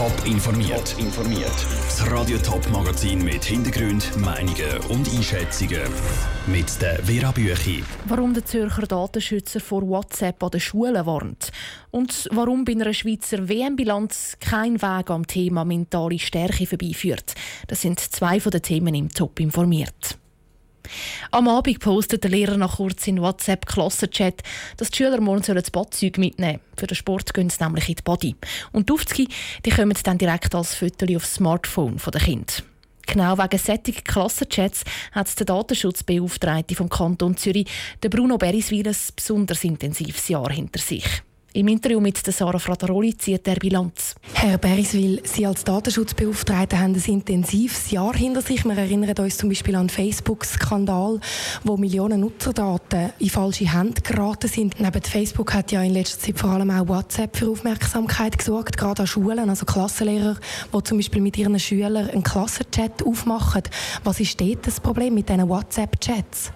Top informiert. Das Radio Top Magazin mit Hintergrund, Meinungen und Einschätzungen mit der Vera Büchi. Warum der Zürcher Datenschützer vor WhatsApp an den Schulen warnt und warum bei einer Schweizer WM-Bilanz kein Weg am Thema mentale Stärke vorbeiführt. Das sind zwei von den Themen im Top informiert. Am Abend postet der Lehrer noch kurz in WhatsApp-Klassenchat, dass die Schüler morgen das Badzeug mitnehmen sollen. Für den Sport gehen sie nämlich in die Body. Und die Aufzüge kommen dann direkt als Fotos aufs Smartphone der Kinder. Genau wegen solchen Klassenchats hat der Datenschutzbeauftragte vom Kanton Zürich, der Bruno Beriswil, ein besonders intensives Jahr hinter sich. Im Interview mit Sarah Frattaroli zieht er Bilanz. Herr Beriswil, Sie als Datenschutzbeauftragter haben ein intensives Jahr hinter sich. Wir erinnern uns zum Beispiel an den Facebook-Skandal, wo Millionen Nutzerdaten in falsche Hände geraten sind. Neben Facebook hat ja in letzter Zeit vor allem auch WhatsApp für Aufmerksamkeit gesorgt, gerade an Schulen, also Klassenlehrer, die zum Beispiel mit ihren Schülern einen Klassenchat aufmachen. Was ist dort das Problem mit diesen WhatsApp-Chats?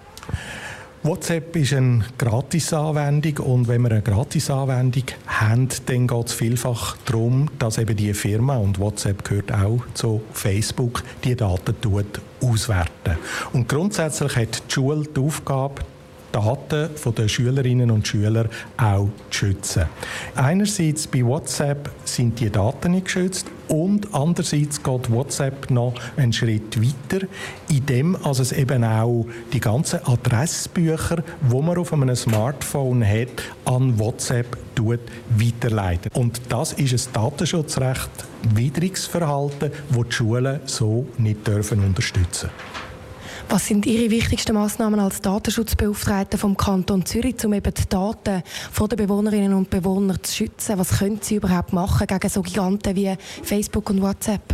WhatsApp ist eine Gratis-Anwendung und wenn wir eine Gratis-Anwendung haben, dann geht es vielfach darum, dass eben die Firma, und WhatsApp gehört auch zu Facebook, die Daten auswerten. Und grundsätzlich hat die Schule die Aufgabe, Daten der Schülerinnen und Schüler auch zu schützen. Einerseits bei WhatsApp sind die Daten nicht geschützt und andererseits geht WhatsApp noch einen Schritt weiter, indem also es eben auch die ganzen Adressbücher, die man auf einem Smartphone hat, an WhatsApp weiterleitet. Und das ist ein datenschutzrecht widriges Verhalten, das die Schulen so nicht unterstützen dürfen. Was sind Ihre wichtigsten Massnahmen als Datenschutzbeauftragte vom Kanton Zürich, um eben die Daten der Bewohnerinnen und Bewohner zu schützen? Was können Sie überhaupt machen gegen so Giganten wie Facebook und WhatsApp?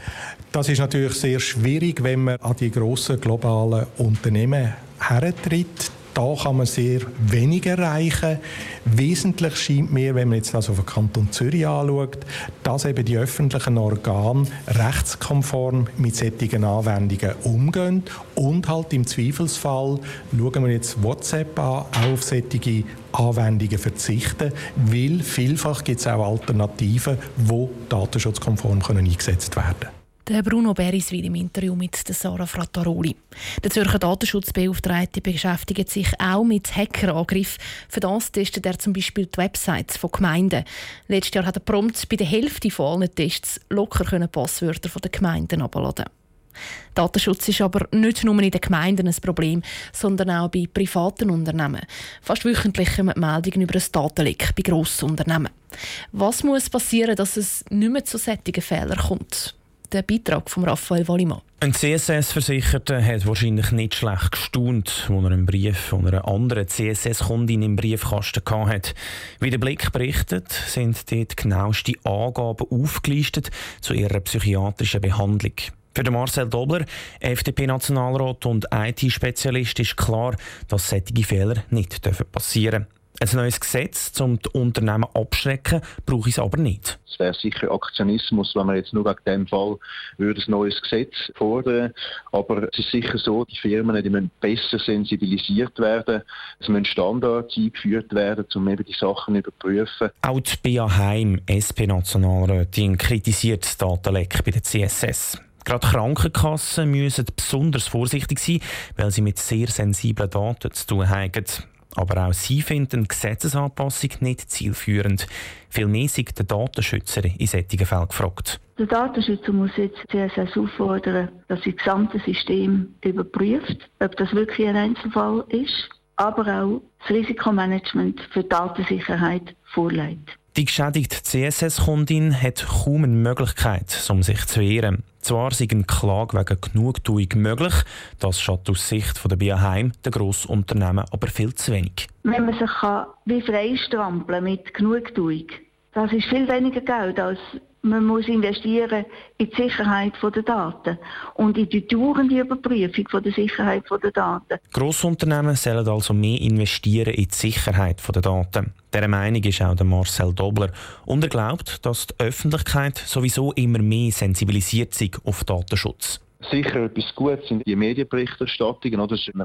Das ist natürlich sehr schwierig, wenn man an die grossen globalen Unternehmen hertritt. Da kann man sehr wenig erreichen. Wesentlich scheint mir, wenn man jetzt das auf den Kanton Zürich anschaut, dass eben die öffentlichen Organe rechtskonform mit solchen Anwendungen umgehen und halt im Zweifelsfall, schauen wir jetzt WhatsApp an, auch auf solche Anwendungen verzichten, weil vielfach gibt es auch Alternativen, die datenschutzkonform eingesetzt werden können. Der Bruno Beriswil im Interview mit Sarah Frattaroli. Der Zürcher Datenschutzbeauftragte beschäftigt sich auch mit Hackerangriffen. Für das testet er zum Beispiel die Websites von Gemeinden. Letztes Jahr hat er prompt bei der Hälfte von allen Tests locker Passwörter von den Gemeinden abladen. Datenschutz ist aber nicht nur in den Gemeinden ein Problem, sondern auch bei privaten Unternehmen. Fast wöchentlich kommen Meldungen über ein Datenleck bei grossen Unternehmen. Was muss passieren, dass es nicht mehr zu solchen Fehlern kommt? Der Beitrag von Raphael Wallimann. Ein CSS-Versicherter hat wahrscheinlich nicht schlecht gestaunt, als er einen Brief von einer anderen CSS-Kundin im Briefkasten hatte. Wie der Blick berichtet, sind dort genaueste Angaben aufgelistet zu ihrer psychiatrischen Behandlung. Für den Marcel Dobler, FDP-Nationalrat und IT-Spezialist, ist klar, dass solche Fehler nicht passieren dürfen. Ein neues Gesetz, um die Unternehmen abschrecken, brauche ich es aber nicht. Es wäre sicher Aktionismus, wenn wir jetzt nur wegen diesem Fall ein neues Gesetz fordern. Aber es ist sicher so, die Firmen die müssen besser sensibilisiert werden. Es müssen Standards eingeführt werden, um eben die Sachen zu überprüfen. Auch die Bea Heim, SP-Nationalrätin, kritisiert das Datenleck bei der CSS. Gerade Krankenkassen müssen besonders vorsichtig sein, weil sie mit sehr sensiblen Daten zu tun haben. Aber auch sie finden die Gesetzesanpassung nicht zielführend. Vielmehr sind die Datenschützer in solchen Fällen gefragt. Der Datenschützer muss jetzt CSS auffordern, dass das gesamte System überprüft, ob das wirklich ein Einzelfall ist, aber auch das Risikomanagement für die Datensicherheit vorlegt. Die geschädigte CSS-Kundin hat kaum eine Möglichkeit, um sich zu wehren. Zwar sei eine Klage wegen Genugtuung möglich, das schadet aus Sicht der Bea Heim den Grossunternehmen aber viel zu wenig. Wenn man sich wie freistrampeln mit Genugtuung, das ist viel weniger Geld, als man muss investieren in die Sicherheit der Daten und in die dauernde Überprüfung von der Sicherheit der Daten. Grossunternehmen sollen also mehr investieren in die Sicherheit der Daten. Dieser Meinung ist auch der Marcel Dobler. Und er glaubt, dass die Öffentlichkeit sowieso immer mehr sensibilisiert ist auf Datenschutz. Sicher etwas Gutes sind die Medienberichterstattungen. Das ist ein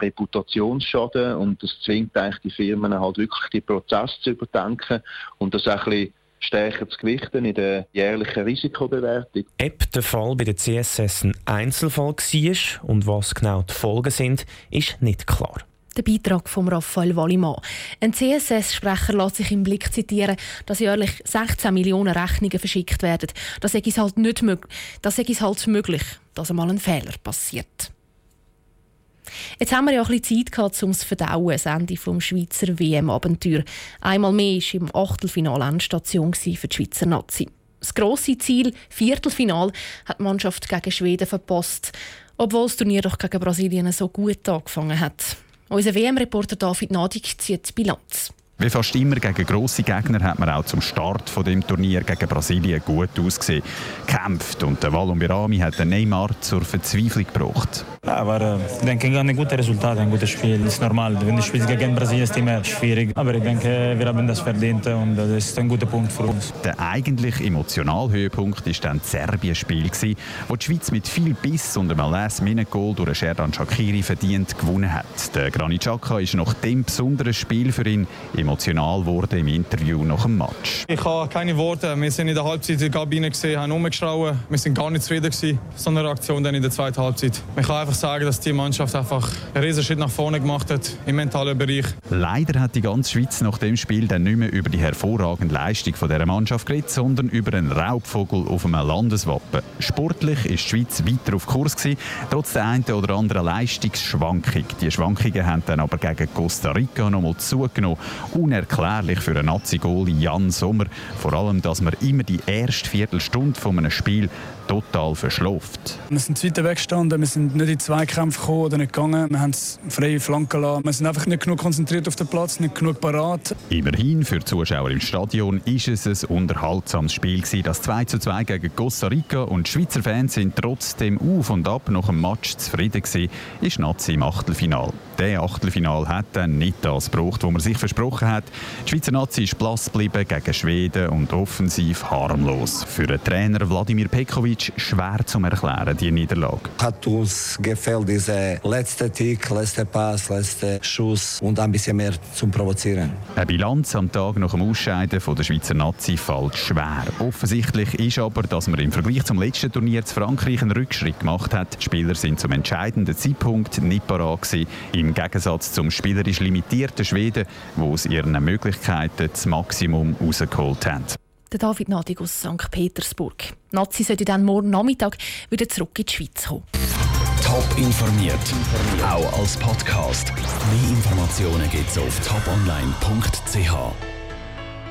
Reputationsschaden und das zwingt eigentlich die Firmen halt wirklich die Prozesse zu überdenken und das auch ein bisschen stärker zu gewichten in der jährlichen Risikobewertung. Ob der Fall bei der CSS ein Einzelfall war und was genau die Folgen sind, ist nicht klar. Der Beitrag von Raphael Wallimann. Ein CSS-Sprecher lässt sich im Blick zitieren, dass jährlich 16 Millionen Rechnungen verschickt werden. Das ist halt möglich, dass einmal ein Fehler passiert. Jetzt haben wir ja ein bisschen Zeit gehabt, um zu verdauen, das Ende des Schweizer WM-Abenteuer. Einmal mehr war im Achtelfinale Endstation für die Schweizer Nazi. Das grosse Ziel, Viertelfinale, hat die Mannschaft gegen Schweden verpasst, obwohl das Turnier doch gegen Brasilien so gut angefangen hat. Unser WM-Reporter David Nadig zieht die Bilanz. Wie fast immer gegen grosse Gegner hat man auch zum Start von dem Turnier gegen Brasilien gut ausgesehen. Gekämpft und der Wallon Birami hat den Neymar zur Verzweiflung gebracht. Ja, aber ich denke, ein gutes Resultat, ein gutes Spiel. Das ist normal. Wenn du spielst gegen Brasilien, ist es immer schwierig. Aber ich denke, wir haben das verdient und das ist ein guter Punkt für uns. Der eigentliche Emotionalhöhepunkt war dann das Serbien-Spiel, wo die Schweiz mit viel Biss und einem Last-Minute-Goal durch Xherdan Shaqiri verdient gewonnen hat. Der Granit Xhaka ist nach dem besonderen Spiel für ihn emotional wurde im Interview nach dem Match. Ich habe keine Worte. Wir sind in der Halbzeit in der Kabine gesehen, haben rumgeschrien. Wir sind gar nicht zufrieden gewesen. So eine Reaktion dann in der zweiten Halbzeit. Ich kann einfach sagen, dass die Mannschaft einfach einen riesen Schritt nach vorne gemacht hat im mentalen Bereich. Leider hat die ganze Schweiz nach dem Spiel dann nicht mehr über die hervorragende Leistung dieser Mannschaft geredet, sondern über einen Raubvogel auf einem Landeswappen. Sportlich ist die Schweiz weiter auf Kurs gewesen, trotz der einen oder anderen Leistungsschwankung. Die Schwankungen haben dann aber gegen Costa Rica noch mal zugenommen. Unerklärlich für einen Nazi-Goalie Jan Sommer. Vor allem, dass man immer die erste Viertelstunde von einem Spiel total verschläft. Wir sind zu weit weggestanden, wir sind nicht in Zweikämpfe gekommen oder nicht gegangen. Wir haben es freie Flanken gelassen. Wir sind einfach nicht genug konzentriert auf den Platz, nicht genug parat. Immerhin für die Zuschauer im Stadion ist es ein unterhaltsames Spiel gewesen. Das 2:2 gegen Costa Rica und die Schweizer Fans sind trotzdem auf und ab nach dem Match zufrieden gewesen, ist Nazi im Achtelfinal. Der Achtelfinal hat dann nicht das gebraucht, was man sich versprochen hat. Die Schweizer Nazi ist blass geblieben gegen Schweden und offensiv harmlos. Für den Trainer Vladimir Pekovic schwer zu erklären, die Niederlage. Hat uns gefällt dieser letzte Tick, letzte Pass, letzte Schuss und ein bisschen mehr zum Provozieren. Eine Bilanz am Tag nach dem Ausscheiden von der Schweizer Nazi fällt schwer. Offensichtlich ist aber, dass man im Vergleich zum letzten Turnier zu Frankreich einen Rückschritt gemacht hat. Die Spieler sind zum entscheidenden Zeitpunkt nicht parat gewesen, im Gegensatz zum spielerisch limitierten Schweden, die aus ihren Möglichkeiten das Maximum rausgeholt haben. Der David Nadig aus St. Petersburg. Die Nazi sollte dann morgen Nachmittag wieder zurück in die Schweiz kommen. Top informiert, auch als Podcast. Mehr Informationen gibt es auf toponline.ch.